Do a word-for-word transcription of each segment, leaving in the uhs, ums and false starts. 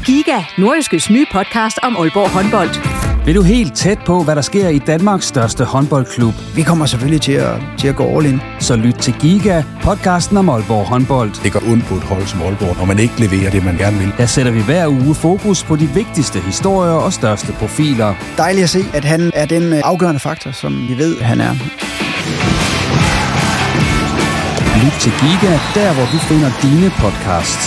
Giga, Nordjyskes nye podcast om Aalborg håndbold. Vil du helt tæt på, hvad der sker i Danmarks største håndboldklub? Vi kommer selvfølgelig til at, til at gå all in. Så lyt til Giga, podcasten om Aalborg håndbold. Det går ondt på et hold som Aalborg, når man ikke leverer det, man gerne vil. Der sætter vi hver uge fokus på de vigtigste historier og største profiler. Dejligt at se, at han er den afgørende faktor, som vi ved, han er. Lyt til Giga, der hvor du finder dine podcasts.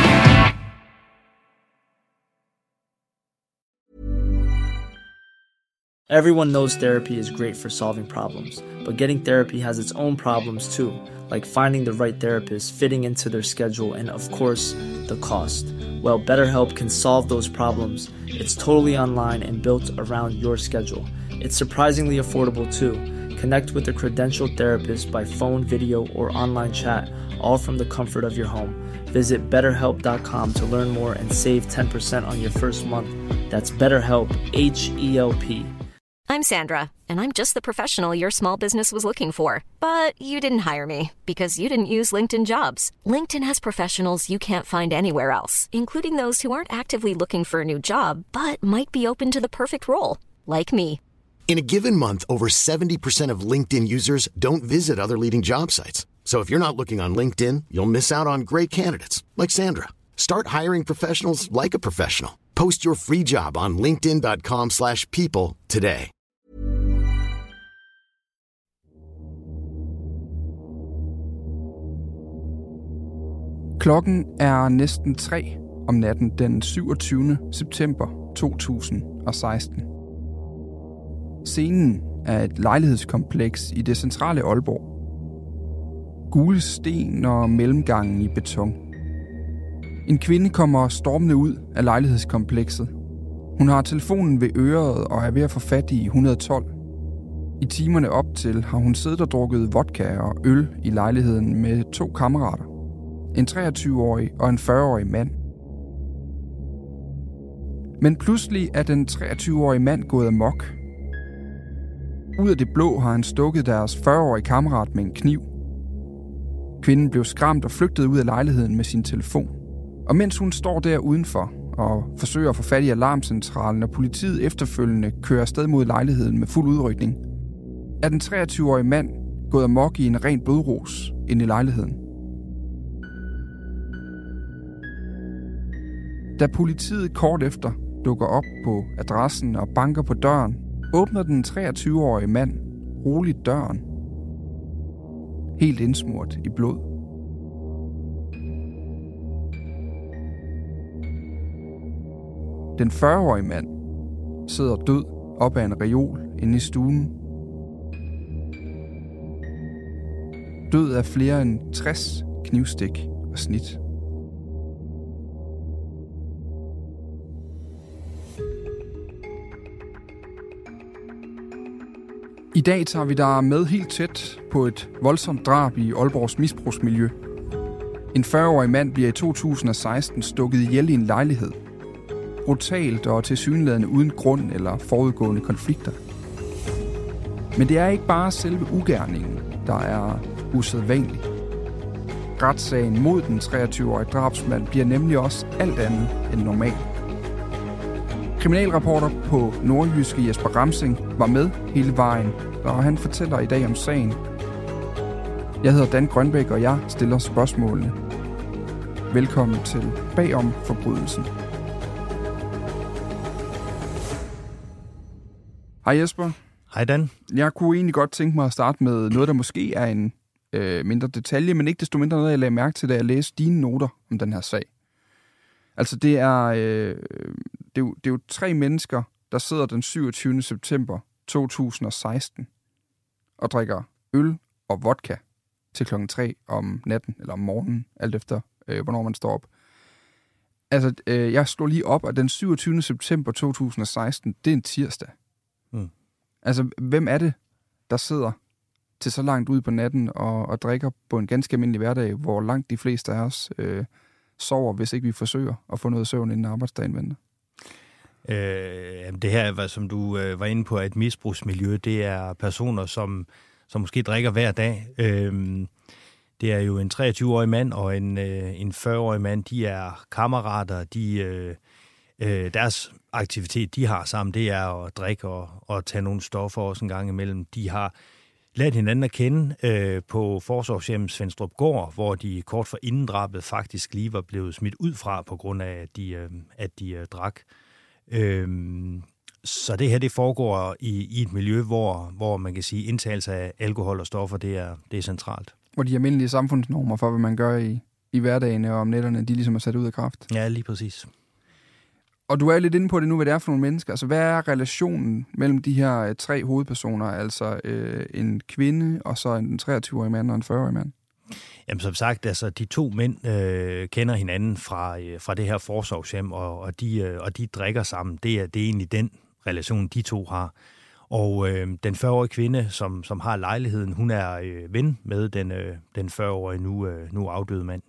Everyone knows therapy is great for solving problems, but getting therapy has its own problems too, like finding the right therapist, fitting into their schedule, and of course, the cost. Well, BetterHelp can solve those problems. It's totally online and built around your schedule. It's surprisingly affordable too. Connect with a credentialed therapist by phone, video, or online chat, all from the comfort of your home. Visit better help dot com to learn more and save ten percent on your first month. That's BetterHelp, H E L P. I'm Sandra, and I'm just the professional your small business was looking for. But you didn't hire me because you didn't use LinkedIn Jobs. LinkedIn has professionals you can't find anywhere else, including those who aren't actively looking for a new job, but might be open to the perfect role, like me. In a given month, over seventy percent of LinkedIn users don't visit other leading job sites. So if you're not looking on LinkedIn, you'll miss out on great candidates like Sandra. Start hiring professionals like a professional. Post your free job on linkedin dot com slash people today. Klokken er næsten tre om natten den syvogtyvende september to tusind og seksten. Scenen er et lejlighedskompleks i det centrale Aalborg. Gule sten og mellemgangen i beton. En kvinde kommer stormende ud af lejlighedskomplekset. Hun har telefonen ved øret og er ved at få fat i et et to. I timerne op til har hun siddet og drukket vodka og øl i lejligheden med to kammerater. En treogtyve-årig og en fyrre-årig mand. Men pludselig er den treogtyve-årige mand gået amok. Ud af det blå har han stukket deres fyrre-årige kammerat med en kniv. Kvinden blev skræmt og flygtede ud af lejligheden med sin telefon. Og mens hun står der udenfor og forsøger at få fat i alarmcentralen, og politiet efterfølgende kører afsted mod lejligheden med fuld udrykning, er den treogtyve-årige mand gået amok i en ren blodros inde i lejligheden. Da politiet kort efter dukker op på adressen og banker på døren, åbner den treogtyve-årige mand roligt døren. Helt indsmurt i blod. Den fyrre-årige mand sidder død op ad en reol inde i stuen. Død af flere end tres knivstik og snit. I dag tager vi dig med helt tæt på et voldsomt drab i Aalborgs misbrugsmiljø. En fyrre-årig mand bliver i to tusind og seksten stukket ihjel i en lejlighed. Brutalt og tilsyneladende uden grund eller forudgående konflikter. Men det er ikke bare selve ugerningen, der er usædvanlig. Retssagen mod den treogtyve-årige drabsmand bliver nemlig også alt andet end normal. Kriminalreporter på Nordjyske Jesper Ramsing var med hele vejen, og han fortæller i dag om sagen. Jeg hedder Dan Grønbæk, og jeg stiller spørgsmålene. Velkommen til Bagom Forbrydelsen. Hej Jesper. Hej Dan. Jeg kunne egentlig godt tænke mig at starte med noget, der måske er en øh, mindre detalje, men ikke desto mindre noget, jeg lagde mærke til, da jeg læste dine noter om den her sag. Altså det er, øh, det, er jo, det er jo tre mennesker, der sidder den syvogtyvende september to tusind og seksten og drikker øl og vodka til klokken tre om natten eller om morgenen, alt efter øh, hvornår man står op. Altså øh, jeg slår lige op, at den syvogtyvende september to tusind og seksten, det er en tirsdag. Mm. Altså hvem er det, der sidder til så langt ud på natten og, og drikker på en ganske almindelig hverdag, hvor langt de fleste af os øh, sover, hvis ikke vi forsøger at få noget søvn inden arbejdsdagen venter? Øh, det her, som du øh, var inde på, er et misbrugsmiljø. Det er personer, som, som måske drikker hver dag. Øh, det er jo en treogtyve-årig mand og en, øh, en fyrre-årig mand. De er kammerater. De, øh, øh, deres aktivitet, de har sammen, det er at drikke og, og tage nogle stoffer også en gang imellem. De har lært hinanden at kende øh, på forsorgshjemmet Svenstrup Gård, hvor de kort for inden drabet faktisk lige var blevet smidt ud fra, på grund af, at de, øh, at de øh, drak. Øh, så det her, det foregår i, i et miljø, hvor, hvor man kan sige, indtagelse af alkohol og stoffer, det er, det er centralt. Hvor de almindelige samfundsnormer for, hvad man gør i, i hverdagen og om nætterne, de ligesom er sat ud af kraft. Ja, lige præcis. Og du er lidt inde på det nu, hvad det er for nogle mennesker. Altså, hvad er relationen mellem de her øh, tre hovedpersoner? Altså øh, en kvinde, og så en treogtyve-årig mand og en fyrre-årig mand? Jamen, som sagt, altså, de to mænd øh, kender hinanden fra, øh, fra det her forsorgshjem, og, og, de, øh, og de drikker sammen. Det er, det er egentlig den relation, de to har. Og øh, den fyrre-årige kvinde, som, som har lejligheden, hun er øh, ven med den, øh, den fyrre-årige nu, øh, nu afdøde mand.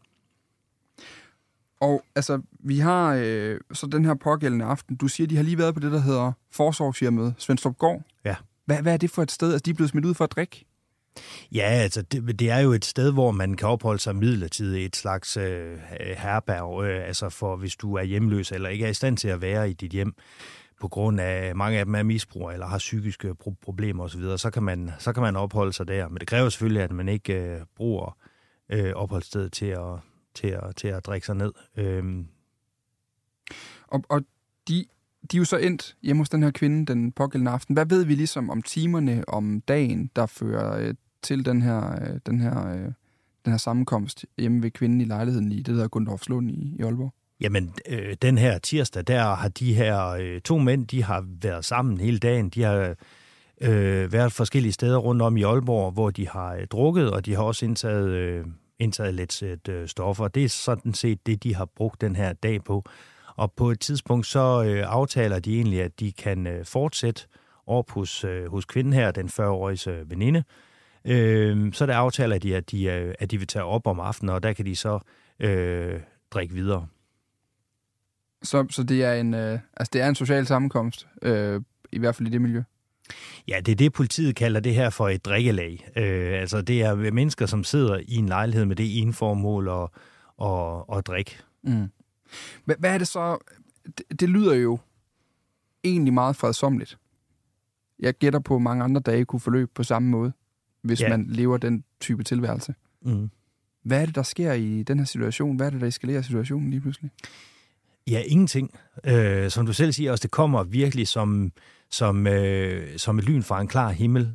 Og altså, vi har øh, så den her pågældende aften. Du siger, de har lige været på det, der hedder forsorgshjemmet Svenstrup Gård. Ja. Hvad, hvad er det for et sted? Altså, de er blevet smidt ud for at drikke? Ja, altså, det, det er jo et sted, hvor man kan opholde sig midlertidigt, et slags øh, herberg, øh, altså for hvis du er hjemløs eller ikke er i stand til at være i dit hjem, på grund af, mange af dem er misbrugere eller har psykiske pro- problemer osv., så, så, kan man, så kan man opholde sig der. Men det kræver selvfølgelig, at man ikke øh, bruger øh, opholdsstedet til at, til, at, til at drikke sig ned. Øhm. Og, og de, de er jo så endt hjemme hos den her kvinde den pågældende aften. Hvad ved vi ligesom om timerne, om dagen, der fører øh, til den her, øh, den, her, øh, den her sammenkomst hjemme ved kvinden i lejligheden i det, der hedder Gundorfslund i, i Aalborg? Jamen, øh, den her tirsdag, der har de her øh, to mænd, de har været sammen hele dagen. De har øh, været forskellige steder rundt om i Aalborg, hvor de har øh, drukket, og de har også indtaget, øh, indtaget lidt sæt, øh, stoffer. Det er sådan set det, de har brugt den her dag på. Og på et tidspunkt, så øh, aftaler de egentlig, at de kan øh, fortsætte op hos, øh, hos kvinden her, den fyrre-årige øh, veninde. Øh, så der aftaler de, at de, øh, at de vil tage op om aftenen, og der kan de så øh, drikke videre. Så, så det er en, øh, altså det er en social sammenkomst, øh, i hvert fald i det miljø? Ja, det er det, politiet kalder det her for et drikkelag. Øh, altså det er mennesker, som sidder i en lejlighed med det ene formål at, at, at drikke. Mm. Hvad, hvad er det så? Det, det lyder jo egentlig meget fredsomligt. Jeg gætter på, at mange andre dage kunne forløbe på samme måde, hvis ja. man lever den type tilværelse. Mm. Hvad er det, der sker i den her situation? Hvad er det, der eskalerer situationen lige pludselig? Ja, ingenting. Øh, som du selv siger også, det kommer virkelig som, som, øh, som et lyn fra en klar himmel.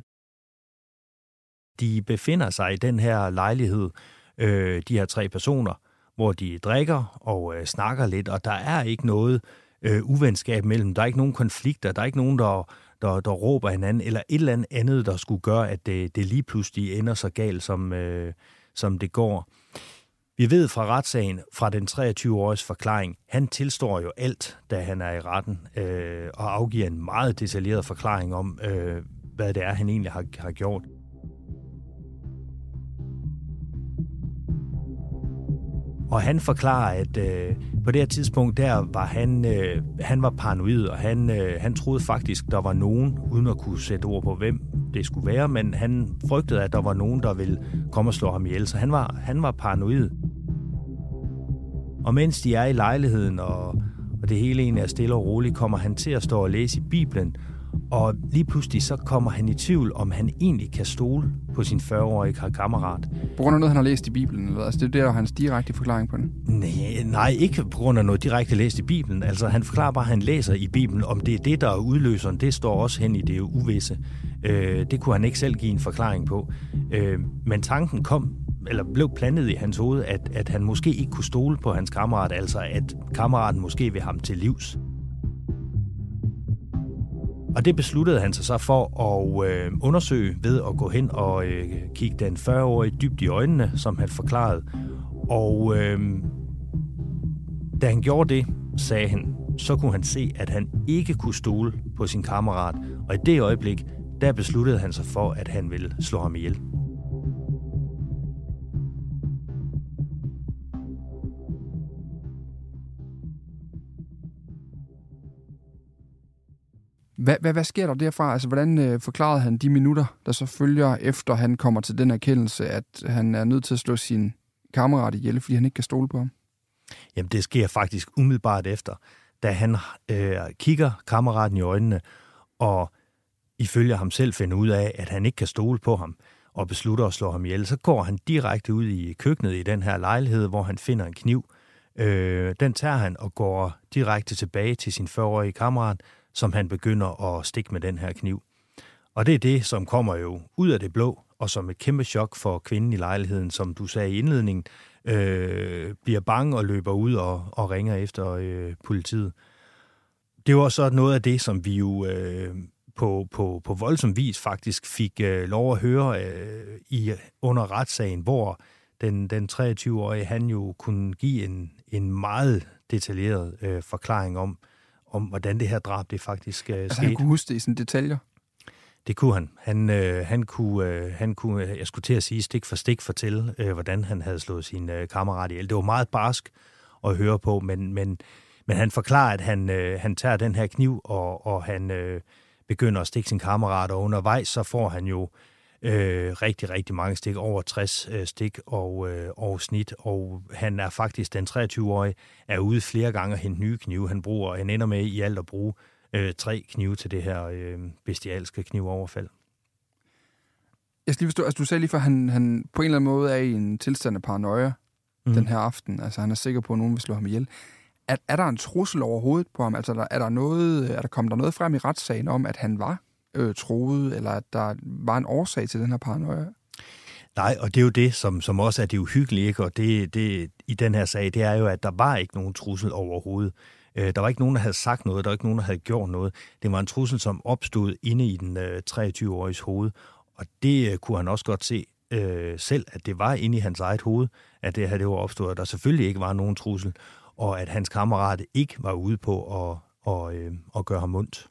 De befinder sig i den her lejlighed, øh, de her tre personer, hvor de drikker og øh, snakker lidt, og der er ikke noget øh, uvenskab mellem. Der er ikke nogen konflikter, der er ikke nogen, der, der, der råber hinanden, eller et eller andet, der skulle gøre, at det, det lige pludselig ender så galt, som, øh, som det går. Vi ved fra retssagen, fra den treogtyve-åriges forklaring, han tilstår jo alt, da han er i retten, øh, og afgiver en meget detaljeret forklaring om, øh, hvad det er, han egentlig har, har gjort. Og han forklarer, at øh, på det her tidspunkt, der var han, øh, han var paranoid, og han, øh, han troede faktisk, der var nogen, uden at kunne sætte ord på, hvem det skulle være, men han frygtede, at der var nogen, der ville komme og slå ham ihjel, så han var, han var paranoid. Og mens de er i lejligheden, og, og det hele egentlig er stille og roligt, kommer han til at stå og læse i Bibelen, og lige pludselig så kommer han i tvivl, om han egentlig kan stole på sin fyrre-årige kammerat. På grund af noget, han har læst i Bibelen? Eller? Altså, det er der hans direkte forklaring på det? Nej, nej, ikke på grund af noget direkte læst i Bibelen. Altså, han forklarer bare, at han læser i Bibelen. Om det er det, der er udløseren, det står også hen i det uvisse. Øh, det kunne han ikke selv give en forklaring på. Øh, men tanken kom, eller blev plantet i hans hoved, at, at han måske ikke kunne stole på hans kammerat, altså at kammeraten måske vil ham til livs. Og det besluttede han sig så for at øh, undersøge ved at gå hen og øh, kigge den fyrre-årige dybt i øjnene, som han forklarede. Og øh, da han gjorde det, sagde han, så kunne han se, at han ikke kunne stole på sin kammerat. Og i det øjeblik, der besluttede han sig for, at han ville slå ham ihjel. Hvad, hvad, hvad sker der derfra? Altså, hvordan øh, forklarede han de minutter, der så følger, efter han kommer til den erkendelse, at han er nødt til at slå sin kammerat ihjel, fordi han ikke kan stole på ham? Jamen, det sker faktisk umiddelbart efter, da han øh, kigger kammeraten i øjnene, og ifølge ham selv finder ud af, at han ikke kan stole på ham, og beslutter at slå ham ihjel, så går han direkte ud i køkkenet i den her lejlighed, hvor han finder en kniv. Øh, den tager han og går direkte tilbage til sin fyrre-årige kammerat, som han begynder at stikke med den her kniv. Og det er det, som kommer jo ud af det blå, og som et kæmpe chok for kvinden i lejligheden, som du sagde i indledningen, øh, bliver bange og løber ud og, og ringer efter øh, politiet. Det var så noget af det, som vi jo øh, på, på, på voldsom vis faktisk fik øh, lov at høre øh, i, under retssagen, hvor den, den treogtyve-årige han jo kunne give en, en meget detaljeret øh, forklaring om, om hvordan det her drab det faktisk øh, altså, skete. Han kunne huske det i sådan detaljer? Det kunne han. Han, øh, han, kunne, øh, han kunne, jeg skulle til at sige, stik for stik fortælle, øh, hvordan han havde slået sin øh, kammerat ihjel. Det var meget barsk at høre på, men, men, men han forklarer, at han, øh, han tager den her kniv, og, og han øh, begynder at stikke sin kammerat, og undervejs så får han jo øh, rigtig, rigtig mange stik, over tres øh, stik og, øh, og snit, og han er faktisk, den treogtyve-årige, er ude flere gange at hente nye knive. Han bruger, han ender med i alt at bruge Øh, tre knive til det her øh, bestialske knivoverfald. Jeg skal lige forstå, altså du sagde lige før, at han, han på en eller anden måde er i en tilstand af paranoia mm. den her aften. Altså han er sikker på, at nogen vil slå ham ihjel. Er, er der en trussel overhovedet på ham? Altså er der, er der noget, er der kommet der noget frem i retssagen om, at han var øh, troet, eller at der var en årsag til den her paranoia? Nej, og det er jo det, som, som også er det uhyggelige, ikke? Og det, det i den her sag, det er jo, at der var ikke nogen trussel overhovedet. Der var ikke nogen, der havde sagt noget, der var ikke nogen, der havde gjort noget. Det var en trussel, som opstod inde i den øh, treogtyve-åriges hoved, og det øh, kunne han også godt se øh, selv, at det var inde i hans eget hoved, at det her det var opstået, at der selvfølgelig ikke var nogen trussel, og at hans kammerat ikke var ude på at, og, øh, at gøre ham ondt.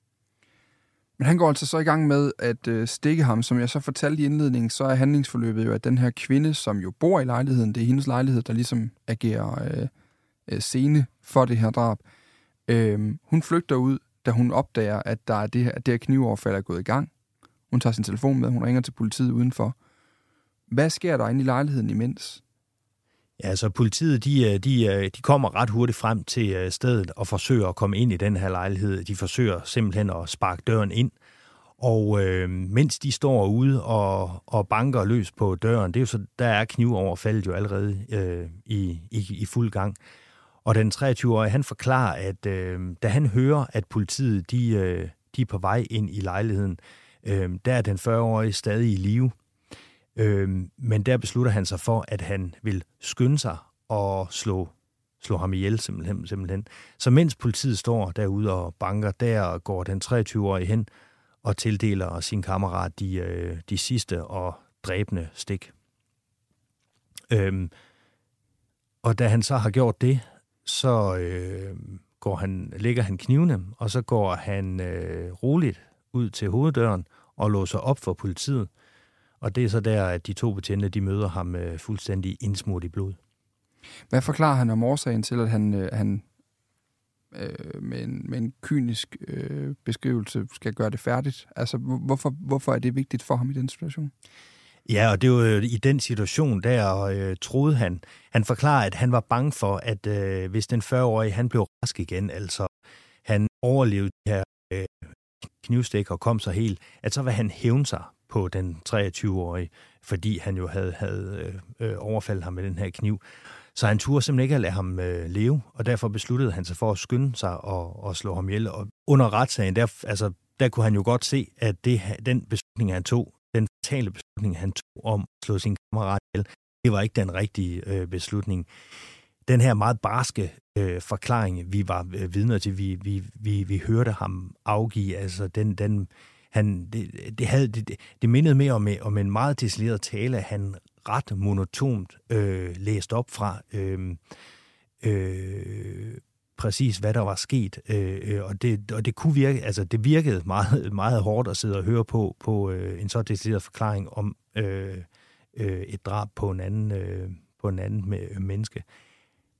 Men han går altså så i gang med at øh, stikke ham. Som jeg så fortalte i indledningen, så er handlingsforløbet jo, at den her kvinde, som jo bor i lejligheden, det er hendes lejlighed, der ligesom agerer øh, øh, scene for det her drab. Øh, hun flygter ud, da hun opdager, at der er det her, at det her knivoverfald er gået i gang. Hun tager sin telefon med, hun ringer til politiet udenfor. Hvad sker der inde i lejligheden imens? Ja, altså politiet, de, de, de kommer ret hurtigt frem til stedet og forsøger at komme ind i den her lejlighed. De forsøger simpelthen at sparke døren ind. Og øh, mens de står ude og, og banker løs på døren, det er jo så, der er knivoverfaldet jo allerede øh, i, i, i fuld gang. Og den treogtyve-årige, han forklarer, at øh, da han hører, at politiet de, øh, de er på vej ind i lejligheden, øh, der er den fyrre-årige stadig i live. Øh, men der beslutter han sig for, at han vil skynde sig og slå, slå ham ihjel simpelthen, simpelthen. Så mens politiet står derude og banker, der går den treogtyve-årige hen og tildeler sin kammerat de, øh, de sidste og dræbende stik. Øh, og da han så har gjort det, så øh, går han, lægger han knivene, og så går han øh, roligt ud til hoveddøren og låser op for politiet. Og det er så der, at de to betjente, de møder ham øh, fuldstændig indsmurt i blod. Hvad forklarer han om årsagen til, at han, øh, han øh, med, en, med en kynisk øh, beskrivelse skal gøre det færdigt? Altså, hvorfor, hvorfor er det vigtigt for ham i den situation? Ja, og det var jo i den situation, der øh, troede han. Han forklarer, at han var bange for, at øh, hvis den fyrre-årige, han blev rask igen, altså han overlevede de her øh, knivstik og kom så helt, at så vil han hævne sig på den treogtyve-årige, fordi han jo havde, havde øh, overfaldet ham med den her kniv. Så han turde simpelthen ikke at lade ham øh, leve, og derfor besluttede han sig for at skynde sig og, og slå ham ihjel. Og under retssagen, der, altså, der kunne han jo godt se, at det, den beslutning, han tog, den fatale beslutning, han tog om at slå sin kammerat ihjel, det var ikke den rigtige øh, beslutning. Den her meget barske øh, forklaring, vi var øh, vidner til, vi, vi, vi, vi hørte ham afgive, altså den... den Han, det, det, havde, det, det mindede mere om, om en meget detaljeret tale, han ret monotont øh, læste op fra øh, øh, præcis, hvad der var sket. Øh, og, det, og det kunne virke, altså det virkede meget, meget hårdt at sidde og høre på, på øh, en så detaljeret forklaring om øh, øh, et drab på en anden, øh, på en anden menneske.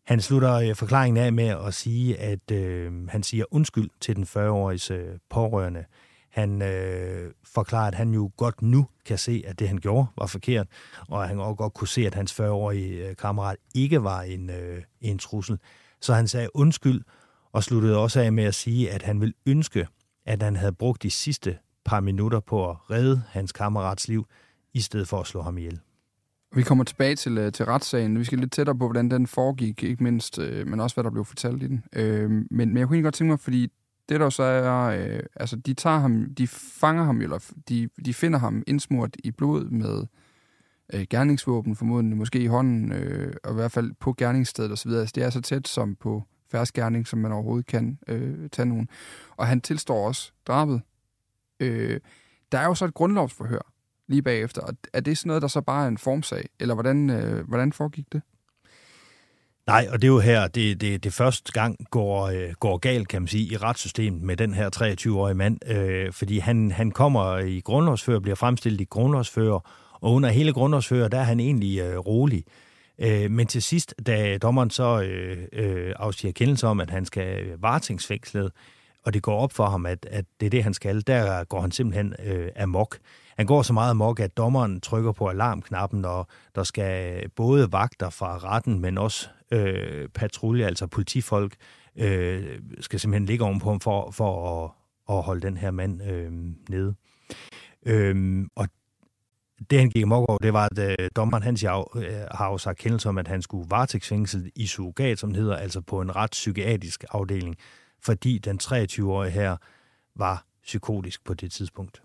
Han slutter øh, forklaringen af med at sige, at øh, han siger undskyld til den fyrre-årige øh, pårørende. Han øh, forklarer, at han jo godt nu kan se, at det, han gjorde, var forkert, og at han også godt kunne se, at hans fyrre-årige øh, kammerat ikke var en, øh, en trussel. Så han sagde undskyld, og sluttede også af med at sige, at han ville ønske, at han havde brugt de sidste par minutter på at redde hans kammerats liv, i stedet for at slå ham ihjel. Vi kommer tilbage til, til retssagen. Vi skal lidt tættere på, hvordan den foregik, ikke mindst, øh, men også, hvad der blev fortalt i den. Øh, men, men jeg kunne ikke godt tænke mig, fordi det der så er, øh, altså de tager ham, de fanger ham, eller de, de finder ham indsmurt i blod med øh, gerningsvåben, formodentlig måske i hånden, øh, og i hvert fald på gerningsstedet osv. Altså, det er så tæt som på færds gerning, som man overhovedet kan øh, tage nogen. Og han tilstår også drabet. Øh, der er jo så et grundlovsforhør lige bagefter, og er det sådan noget, der så bare er en formsag, eller hvordan, øh, hvordan foregik det? Nej, og det er jo her, det, det, det første gang går, øh, går galt, kan man sige, i retssystemet med den her treogtyve-årige mand, øh, fordi han, han kommer i grundlovsfører, bliver fremstillet i grundlovsfører, og under hele grundlovsfører, der er han egentlig øh, rolig. Øh, men til sidst, da dommeren så øh, øh, afsiger kendelse om, at han skal varetægtsfængslet, og det går op for ham, at, at det er det, han skal, der går han simpelthen øh, amok. Han går så meget amok, at dommeren trykker på alarmknappen, og der skal både vagter fra retten, men også øh, patrulje, altså politifolk, øh, skal simpelthen ligge ovenpå ham for, for at, at holde den her mand øh, nede. Øh, og det, han gik amok over, det var, at øh, dommeren han siger, øh, har afsagt kendelse om, at han skulle varetægtsfængslet i surrogat, som det hedder, altså på en retspsykiatrisk afdeling, fordi den treogtyve-årige her var psykotisk på det tidspunkt.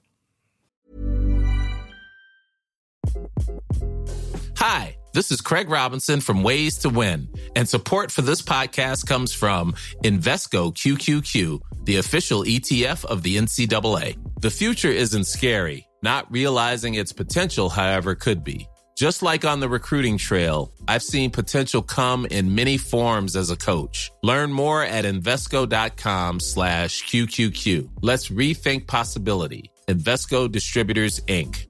Hi, this is Craig Robinson from Ways to Win, and support for this podcast comes from Invesco Q Q Q, the official E T F of the N C double A. The future isn't scary. Not realizing its potential, however, could be. Just like on the recruiting trail, I've seen potential come in many forms as a coach. Learn more at Invesco.com slash QQQ. Let's rethink possibility. Invesco Distributors, Incorporated.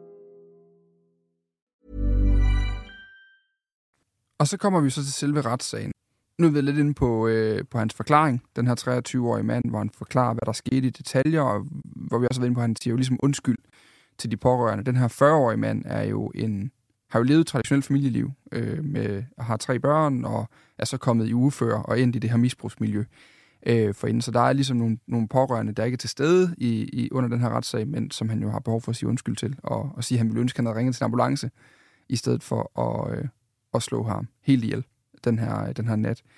Og så kommer vi så til selve retssagen. Nu er vi lidt inde på, øh, på hans forklaring. Den her treogtyve-årige mand, hvor han forklarer, hvad der skete i detaljer, og hvor vi også har været inde på, at han siger jo ligesom undskyld til de pårørende. Den her fyrre-årige mand er jo en, har jo levet et traditionelt familieliv, øh, med, har tre børn, og er så kommet i ugefør og endt i det her misbrugsmiljø øh, for inden. Så der er ligesom nogle, nogle pårørende, der ikke er til stede i, i, under den her retssag, men som han jo har behov for at sige undskyld til, og, og sige, at han ville ønske, at han havde ringet til en ambulance, i stedet for at, øh, at slå ham helt ihjel den her, den her nat.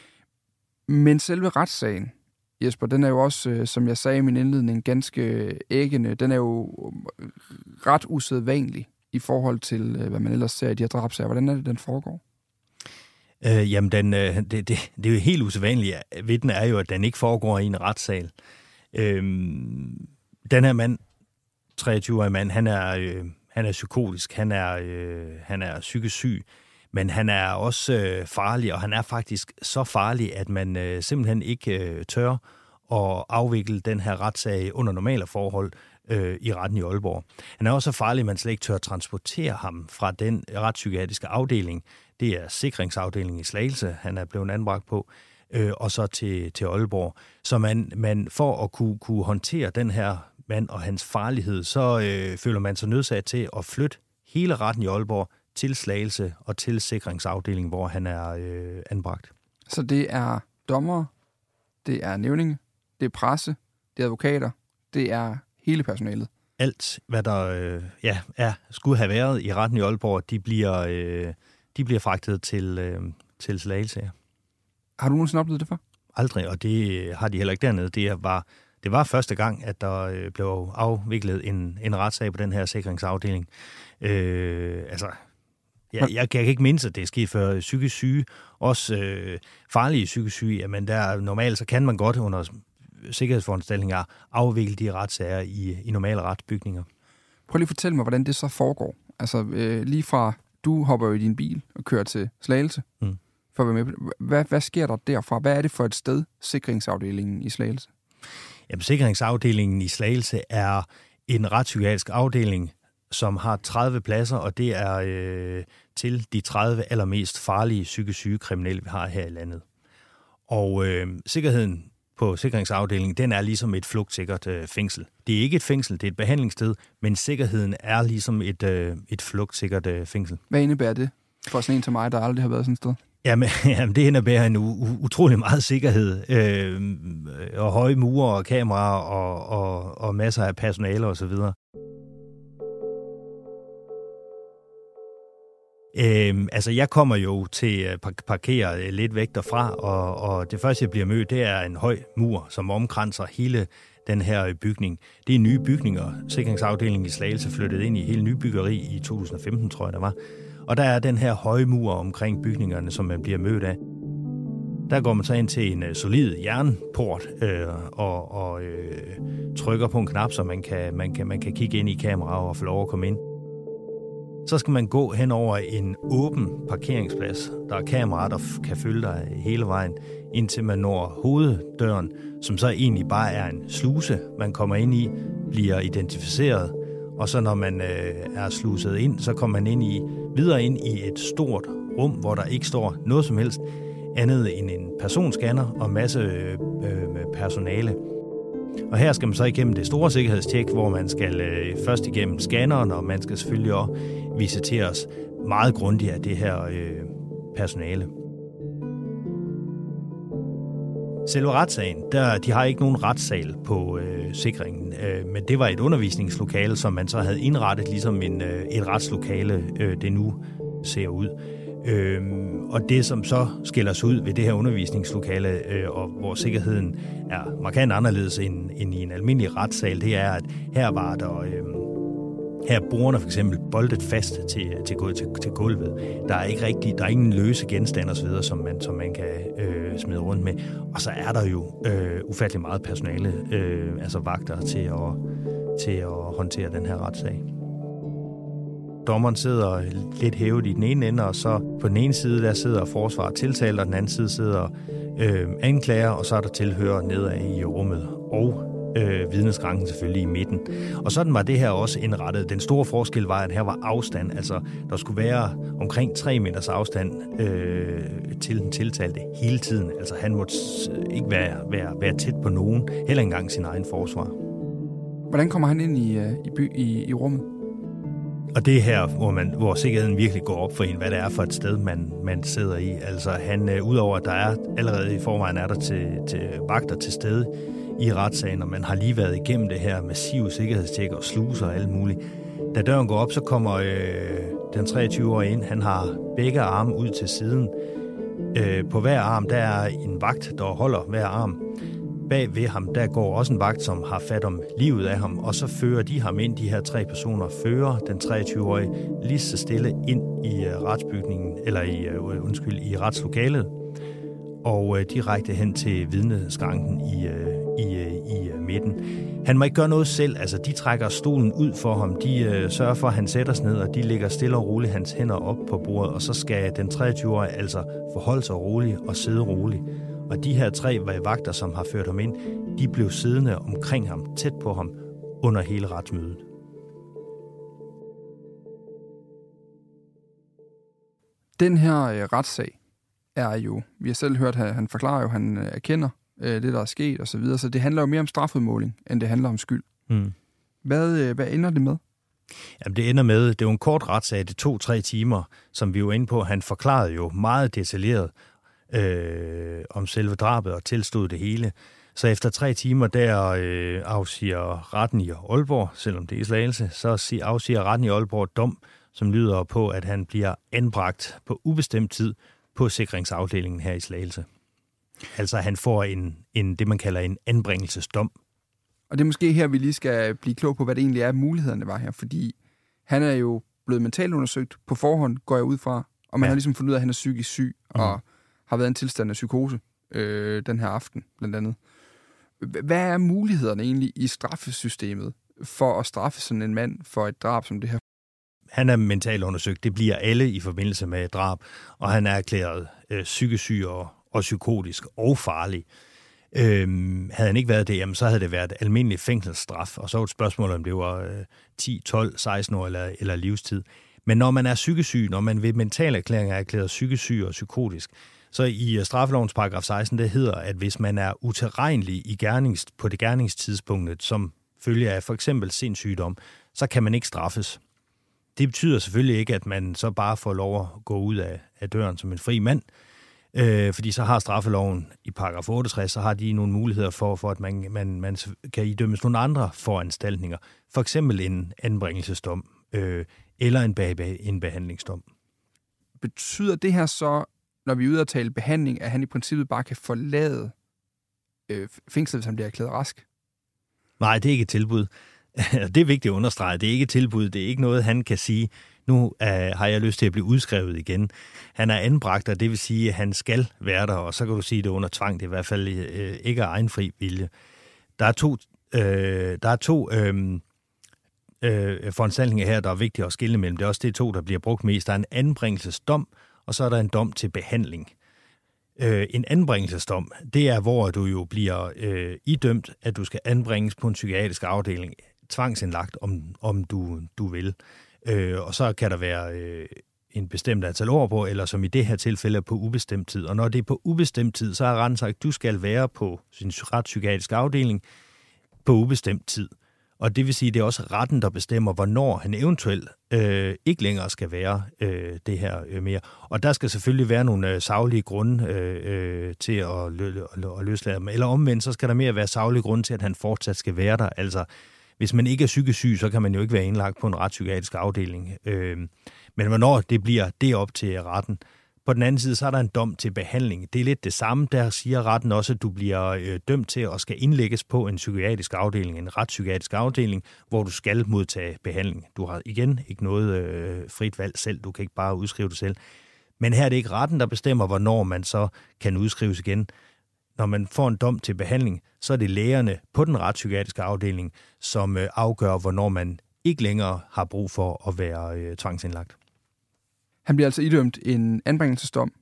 Men selve retssagen, Jesper, den er jo også, øh, som jeg sagde i min indledning, ganske æggende. Den er jo ret usædvanlig i forhold til, øh, hvad man ellers ser i de her drabsager. Hvordan er det, den foregår? Øh, jamen, den, øh, det, det, det er jo helt usædvanligt. Ved den er jo, at den ikke foregår i en retssal. Øh, den her mand, treogtyve-årige mand, han er, øh, han er psykotisk, han er, øh, han er psykisk syg, men han er også øh, farlig, og han er faktisk så farlig, at man øh, simpelthen ikke øh, tør at afvikle den her retssag under normale forhold øh, i retten i Aalborg. Han er også så farlig, at man slet ikke tør transportere ham fra den retspsykiatriske afdeling. Det er sikringsafdelingen i Slagelse, han er blevet anbragt på, øh, og så til, til Aalborg. Så man, man for at kunne, kunne håndtere den her mand og hans farlighed, så øh, føler man sig nødsaget til at flytte hele retten i Aalborg til Slagelse og til sikringsafdelingen, hvor han er øh, anbragt. Så det er dommer, det er nævninge, det er presse, det er advokater, det er hele personalet. Alt, hvad der øh, ja, er, skulle have været i retten i Aalborg, de bliver, øh, de bliver fragtet til, øh, til Slagelse. Ja. Har du nogensinde oplevet det før? Aldrig, og det har de heller ikke dernede. Det var, det var første gang, at der øh, blev afviklet en, en retssag på den her sikringsafdeling. Øh, altså... Ja, jeg, jeg kan ikke mindst, at det er sket for psykisk syge, også øh, farlige psykisk syge. Jamen der normalt, så kan man godt under sikkerhedsforanstaltninger afvikle de retssager i, i normale retsbygninger. Prøv lige at fortælle mig, hvordan det så foregår. Altså øh, lige fra, du hopper jo i din bil og kører til Slagelse, mm. for at være med. Hvad, hvad sker der derfra? Hvad er det for et sted, sikringsafdelingen i Slagelse? Jamen sikringsafdelingen i Slagelse er en retspsykiatrisk afdeling, som har tredive pladser, og det er øh, til de tredive allermest farlige psykisk syge kriminelle, vi har her i landet. Og øh, sikkerheden på sikringsafdelingen, den er ligesom et flugtsikkert øh, fængsel. Det er ikke et fængsel, det er et behandlingssted, men sikkerheden er ligesom et, øh, et flugtsikkert øh, fængsel. Hvad indebærer det for sådan en til mig, der aldrig har været sådan et sted? Jamen, jamen det indebærer en u- utrolig meget sikkerhed, øh, og høje mure og kameraer og, og, og masser af personale osv. Øhm, altså, jeg kommer jo til at parkere lidt væk derfra, og, og det første, jeg bliver mødt, det er en høj mur, som omkranser hele den her bygning. Det er nye bygninger. Sikringsafdelingen i Slagelse flyttede ind i hele nybyggeri i to tusind og femten, tror jeg, der var. Og der er den her høje mur omkring bygningerne, som man bliver mødt af. Der går man så ind til en uh, solid jernport øh, og, og øh, trykker på en knap, så man kan, man, kan, man kan kigge ind i kameraet og få lov at komme ind. Så skal man gå hen over en åben parkeringsplads. Der er kameraer, der f- kan følge dig hele vejen, indtil man når hoveddøren, som så egentlig bare er en sluse, man kommer ind i, bliver identificeret. Og så når man øh, er sluset ind, så kommer man ind i, videre ind i et stort rum, hvor der ikke står noget som helst andet end en personscanner og en masse øh, øh, personale. Og her skal man så igennem det store sikkerhedstjek, hvor man skal øh, først igennem scanneren, og man skal selvfølgelig også visiteres meget grundigt af det her øh, personale. Selve retssagen, der, de har ikke nogen retssal på øh, sikringen, øh, men det var et undervisningslokale, som man så havde indrettet ligesom en, øh, et retslokale, øh, det nu ser ud. Øhm, og det, som så skiller sig ud ved det her undervisningslokale, øh, og hvor sikkerheden er markant anderledes end, end i en almindelig retssal, det er, at her var der øh, her er bordene for eksempel boldet fast til, til, til, til gulvet. Der er ikke rigtig, der er ingen løse genstande osv., som man, som man kan øh, smide rundt med. Og så er der jo øh, ufattelig meget personale, øh, altså vagter til at, til at håndtere den her retssag. Dommeren sidder lidt hævet i den ene ende, og så på den ene side, der sidder forsvar og tiltalt, og den anden side sidder øh, anklager, og så er der tilhører nedad i rummet, og øh, vidneskranken selvfølgelig i midten. Og sådan var det her også indrettet. Den store forskel var, at her var afstand, altså der skulle være omkring tre meters afstand øh, til den tiltalte hele tiden. Altså han måtte ikke være, være, være tæt på nogen, heller engang sin egen forsvar. Hvordan kommer han ind i, i, by, i, i rummet? Og det er her, hvor, man, hvor sikkerheden virkelig går op for en, hvad det er for et sted, man, man sidder i. Altså han, øh, udover at der er allerede i forvejen er der til, til vagter til stede i retssagen, og man har lige været igennem det her massive sikkerhedstjek og sluser og alt muligt. Da døren går op, så kommer øh, den treogtyve-årige ind. Han har begge arme ud til siden. Øh, på hver arm, der er en vagt, der holder hver arm. Bag ved ham, der går også en vagt, som har fat om livet af ham, og så fører de ham ind, de her tre personer, fører den treogtyve-årige lige så stille ind i uh, retsbygningen, eller i, uh, undskyld, i retslokalet, og uh, direkte hen til vidneskranken i, uh, i, uh, i uh, midten. Han må ikke gøre noget selv, altså de trækker stolen ud for ham, de uh, sørger for, at han sætter sig ned, og de lægger stille og roligt hans hænder op på bordet, og så skal den treogtyve-årige altså forholde sig roligt og sidde roligt. Og de her tre vagter, som har ført ham ind, de blev siddende omkring ham, tæt på ham, under hele retsmødet. Den her øh, retssag er jo, vi har selv hørt, at han forklarer jo, at han erkender øh, det, der er sket og så videre, så det handler jo mere om strafudmåling, end det handler om skyld. Mm. Hvad, øh, hvad ender det med? Jamen, det ender med, det er jo en kort retssag, det tog tre timer, som vi var inde på. Han forklarede jo meget detaljeret, Øh, om selve drabet og tilstod det hele. Så efter tre timer der øh, afsiger retten i Aalborg, selvom det er i Slagelse, så afsiger retten i Aalborg dom, som lyder på, at han bliver anbragt på ubestemt tid på sikringsafdelingen her i Slagelse. Altså han får en, en det, man kalder en anbringelsesdom. Og det er måske her, vi lige skal blive klog på, hvad det egentlig er, mulighederne var her, fordi han er jo blevet mentalt undersøgt på forhånd, går jeg ud fra, og man ja. har ligesom fundet ud af, at han er psykisk syg, mm. og har været en tilstand af psykose øh, den her aften, blandt andet. Hvad er mulighederne egentlig i straffesystemet for at straffe sådan en mand for et drab som det her? Han er mentalt undersøgt. Det bliver alle i forbindelse med et drab, og han er erklæret øh, psykisk syg og, og psykotisk og farlig. Øhm, havde han ikke været det, jamen, så havde det været almindelig fængselsstraf, og så var et spørgsmål, om det var øh, ti, tolv, seksten år eller, eller livstid. Men når man er psykisk syg, når man ved mentalerklæring er erklæret psykisk syg og psykotisk, så i straffelovens paragraf seksten, det hedder, at hvis man er utilregnelig i gernings, på det gerningstidspunktet, som følge af for eksempel sindssygdom, så kan man ikke straffes. Det betyder selvfølgelig ikke, at man så bare får lov at gå ud af, af døren som en fri mand, øh, fordi så har straffeloven i paragraf otteogtres, så har de nogle muligheder for, for at man, man, man kan idømmes nogle andre foranstaltninger, for eksempel en anbringelsesdom øh, eller en, be- en behandlingsdom. Betyder det her så, når vi er ude at tale behandling, at han i princippet bare kan forlade øh, fængslet, hvis han bliver erklæret rask? Nej, det er ikke et tilbud. Det er vigtigt at understrege. Det er ikke et tilbud. Det er ikke noget, han kan sige, nu øh, har jeg lyst til at blive udskrevet igen. Han er anbragt, og det vil sige, at han skal være der, og så kan du sige, at det er under tvang. Det er i hvert fald øh, ikke af egen fri vilje. Der er to, øh, der er to øh, øh, foranstaltninger her, der er vigtigt at skille mellem. Det er også det to, der bliver brugt mest. Der er en anbringelsesdom, og så er der en dom til behandling. Øh, en anbringelsesdom, det er, hvor du jo bliver øh, idømt, at du skal anbringes på en psykiatrisk afdeling, tvangsindlagt, om, om du, du vil. Øh, og så kan der være øh, en bestemt antal år på, eller som i det her tilfælde på ubestemt tid. Og når det er på ubestemt tid, så har retten sagt, at du skal være på sin retspsykiatriske afdeling på ubestemt tid. Og det vil sige, at det er også retten, der bestemmer, hvornår han eventuelt øh, ikke længere skal være øh, det her øh, mere. Og der skal selvfølgelig være nogle øh, saglige grunde øh, øh, til at, lø- at løslade dem. Eller omvendt, så skal der mere være saglige grunde til, at han fortsat skal være der. Altså, hvis man ikke er psykisk syg, så kan man jo ikke være indlagt på en retspsykiatrisk afdeling. Øh, men hvornår det bliver, det er op til retten. På den anden side, så er der en dom til behandling. Det er lidt det samme. Der siger retten også, at du bliver øh, dømt til at skal indlægges på en psykiatrisk afdeling, en retspsykiatrisk afdeling, hvor du skal modtage behandling. Du har igen ikke noget øh, frit valg selv. Du kan ikke bare udskrive det selv. Men her er det ikke retten, der bestemmer, hvornår man så kan udskrives igen. Når man får en dom til behandling, så er det lægerne på den retspsykiatriske afdeling, som øh, afgør, hvornår man ikke længere har brug for at være øh, tvangsindlagt. Han bliver altså idømt en anbringelsesdom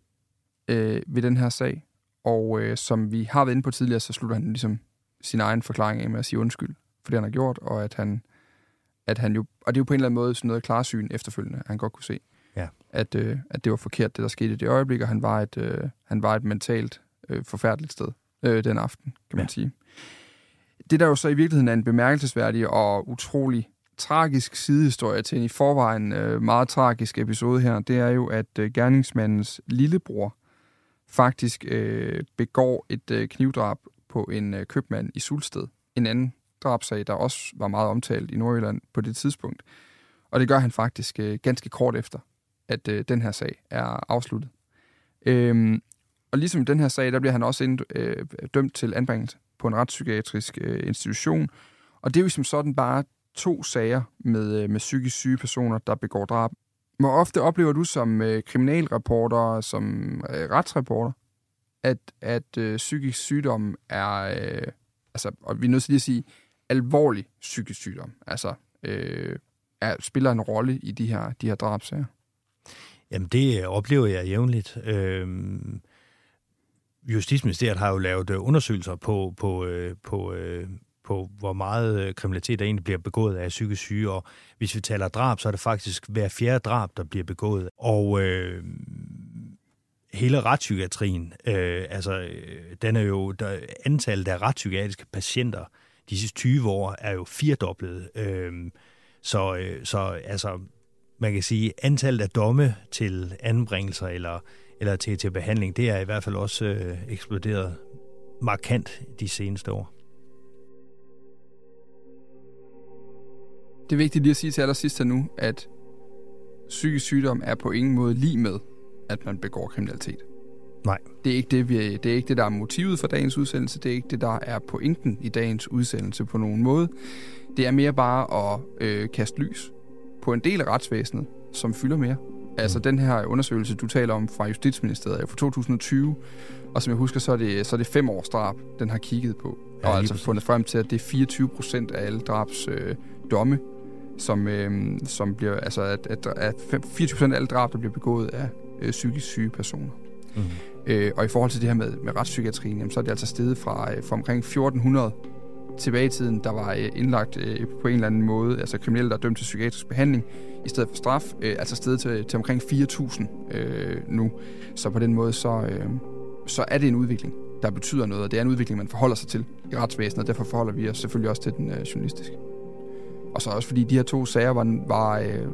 øh, ved den her sag, og øh, som vi har været inde på tidligere, så slutter han ligesom sin egen forklaring af med at sige undskyld for det, han har gjort, og at han, at han jo, og det er jo på en eller anden måde sådan noget klarsyn efterfølgende, at han godt kunne se, ja. at, øh, at det var forkert, det der skete i det øjeblik, og han var et, øh, han var et mentalt øh, forfærdeligt sted øh, den aften, kan man ja. sige. Det der jo så i virkeligheden er en bemærkelsesværdig og utrolig tragisk sidehistorie til en i forvejen øh, meget tragisk episode her, det er jo, at øh, gerningsmandens lillebror faktisk øh, begår et øh, knivdrab på en øh, købmand i Sulsted. En anden drabsag, der også var meget omtalt i Nordjylland på det tidspunkt. Og det gør han faktisk øh, ganske kort efter, at øh, den her sag er afsluttet. Øhm, og ligesom i den her sag, der bliver han også ind, øh, dømt til anbringelse på en retspsykiatrisk øh, institution. Og det er jo som sådan bare to sager med, med psykisk syge personer, der begår drab. Hvor ofte oplever du som øh, kriminalreporter, som øh, retsreporter, at, at øh, psykisk sygdom er, øh, altså, og vi er nødt til lige at sige, alvorlig psykisk sygdom, altså øh, er, spiller en rolle i de her, de her drabsager? Jamen, det oplever jeg jævnligt. Øhm, Justitsministeriet har jo lavet undersøgelser på, på, øh, på øh, på, hvor meget kriminalitet der egentlig bliver begået af psykisk syge, og hvis vi taler drab, så er det faktisk hver fjerde drab, der bliver begået. Og øh, hele retspsykiatrien, øh, altså, øh, den er jo, der, antallet af retspsykiatriske patienter de sidste tyve år er jo firedoblet. Øh, så, øh, så altså, man kan sige, antallet af domme til anbringelser eller, eller til, til behandling, det er i hvert fald også øh, eksploderet markant de seneste år. Det er vigtigt lige at sige til allersidst her nu, at psykisk sygdom er på ingen måde lige med, at man begår kriminalitet. Nej. Det er ikke det, vi, det er ikke det, der er motivet for dagens udsendelse. Det er ikke det, der er pointen i dagens udsendelse på nogen måde. Det er mere bare at øh, kaste lys på en del af retsvæsenet, som fylder mere. Mm. Altså den her undersøgelse, du taler om fra Justitsministeriet, er fra to tusind og tyve, og som jeg husker, så er det, så er det fem års drab, den har kigget på. Ja, og altså fundet frem til, at det er fireogtyve procent af alle drabs øh, domme, som, øh, som bliver, altså at, at, at fireogtyve procent af alle drab, der bliver begået af øh, psykisk syge personer. Mm. Øh, og i forhold til det her med, med retspsykiatrien, jamen, så er det altså steget fra, fra omkring fjorten hundrede tilbage i tiden, der var øh, indlagt øh, på en eller anden måde, altså kriminelle, der er dømt til psykiatrisk behandling, i stedet for straf, øh, altså steget til, til omkring fire tusind øh, nu. Så på den måde, så, øh, så er det en udvikling, der betyder noget, og det er en udvikling, man forholder sig til i retsvæsenet, og derfor forholder vi os selvfølgelig også til den øh, journalistiske. Og så også fordi de her to sager var, var øh, øh,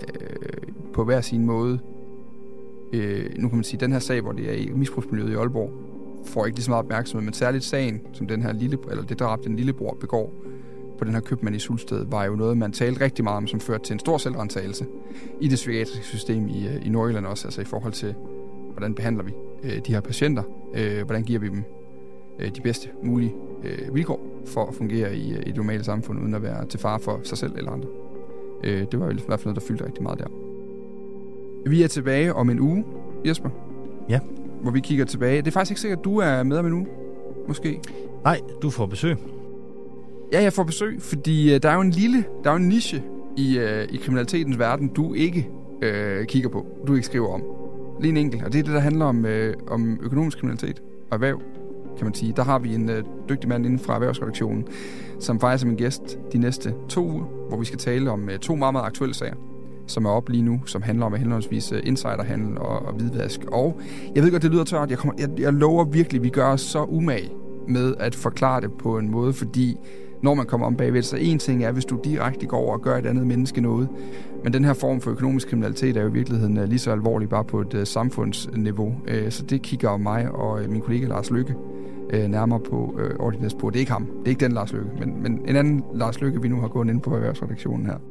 på hver sin måde, øh, nu kan man sige, den her sag, hvor det er i misbrugsmiljøet i Aalborg, får ikke lige så meget opmærksomhed, men særligt sagen, som den her lille, eller det drab, den lillebror begår på den her købmand i Sulsted, var jo noget, man talte rigtig meget om, som førte til en stor selvrentagelse i det psykiatriske system i, i Nordjylland også, altså i forhold til, hvordan behandler vi øh, de her patienter, øh, hvordan giver vi dem øh, de bedste mulige øh, vilkår for at fungere i, i det normale samfund, uden at være til fare for sig selv eller andre. Øh, det var jo i hvert fald noget, der fyldte rigtig meget der. Vi er tilbage om en uge, Jesper. Ja. Hvor vi kigger tilbage. Det er faktisk ikke sikkert, at du er med om en uge, måske. Nej, du får besøg. Ja, jeg får besøg, fordi uh, der er jo en lille, der er jo en niche i, uh, i kriminalitetens verden, du ikke uh, kigger på, du ikke skriver om. Lige en enkelt, og det er det, der handler om, uh, om økonomisk kriminalitet og erhverv, kan man sige. Der har vi en uh, dygtig mand inden fra erhvervsredaktionen, som faktisk er min gæst de næste to uger, hvor vi skal tale om uh, to meget, meget aktuelle sager, som er op lige nu, som handler om henholdsvis insiderhandel og, og hvidvask. Og jeg ved godt, det lyder tørt. Jeg, kommer, jeg, jeg lover virkelig, at vi gør os så umage med at forklare det på en måde, fordi når man kommer om bagved, så en ting er, hvis du direkte går over og gør et andet menneske noget. Men den her form for økonomisk kriminalitet er jo i virkeligheden lige så alvorlig, bare på et uh, samfundsniveau. Uh, så det kigger mig og uh, min kollega Lars Løkke uh, nærmere på uh, ordinært på. Det er ikke ham. Det er ikke den Lars Løkke, men, men en anden Lars Løkke, vi nu har gået ind på erhvervsredaktionen her.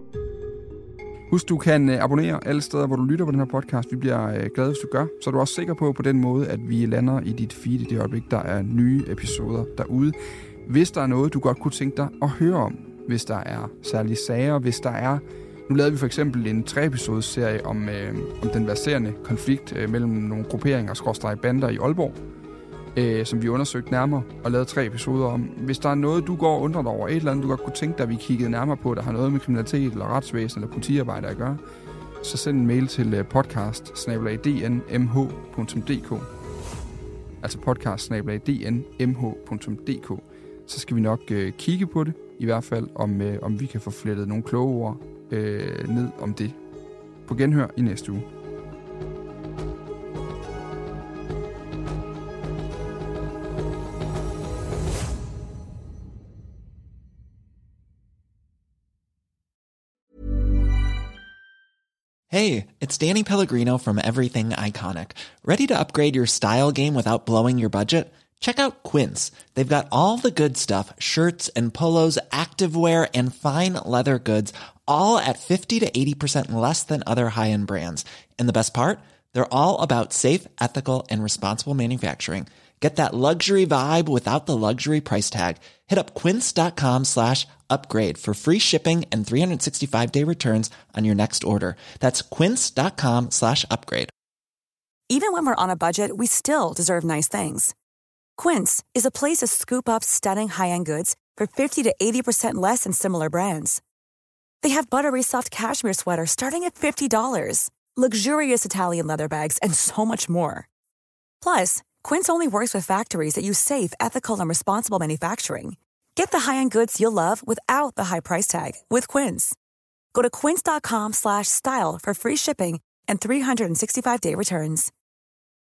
Husk, du kan abonnere alle steder, hvor du lytter på den her podcast. Vi bliver glade, hvis du gør. Så er du også sikker på på den måde, at vi lander i dit feed i det øjeblik, der er nye episoder derude. Hvis der er noget, du godt kunne tænke dig at høre om, hvis der er særlige sager, hvis der er... Nu lavede vi for eksempel en tre-episodes-serie om, øh, om den verserende konflikt øh, mellem nogle grupperinger, skråstreg bander i Aalborg, øh, som vi undersøgte nærmere og lavede tre episoder om. Hvis der er noget, du går og undrer dig over, et eller andet, du godt kunne tænke dig, at vi kiggede nærmere på, der har noget med kriminalitet eller retsvæsen eller politiarbejde at gøre, så send en mail til podcast snabel-a d n m h punktum d k. Altså podcast snabel-a d n m h punktum d k. Så skal vi nok øh, kigge på det, i hvert fald, om, øh, om vi kan få flettet nogle kloge ord øh, ned om det. På genhør i næste uge. Hey, it's Danny Pellegrino from Everything Iconic. Ready to upgrade your style game without blowing your budget? Check out Quince. They've got all the good stuff, shirts and polos, activewear, and fine leather goods, all at fifty to eighty percent less than other high-end brands. And the best part? They're all about safe, ethical, and responsible manufacturing. Get that luxury vibe without the luxury price tag. Hit up quince.com slash upgrade for free shipping and three sixty-five day returns on your next order. That's quince.com slash upgrade. Even when we're on a budget, we still deserve nice things. Quince is a place to scoop up stunning high-end goods for fifty to eighty percent less than similar brands. They have buttery soft cashmere sweaters starting at fifty dollars, luxurious Italian leather bags, and so much more. Plus, Quince only works with factories that use safe, ethical, and responsible manufacturing. Get the high-end goods you'll love without the high price tag with Quince. Go to quince.com slash style for free shipping and three sixty-five day returns.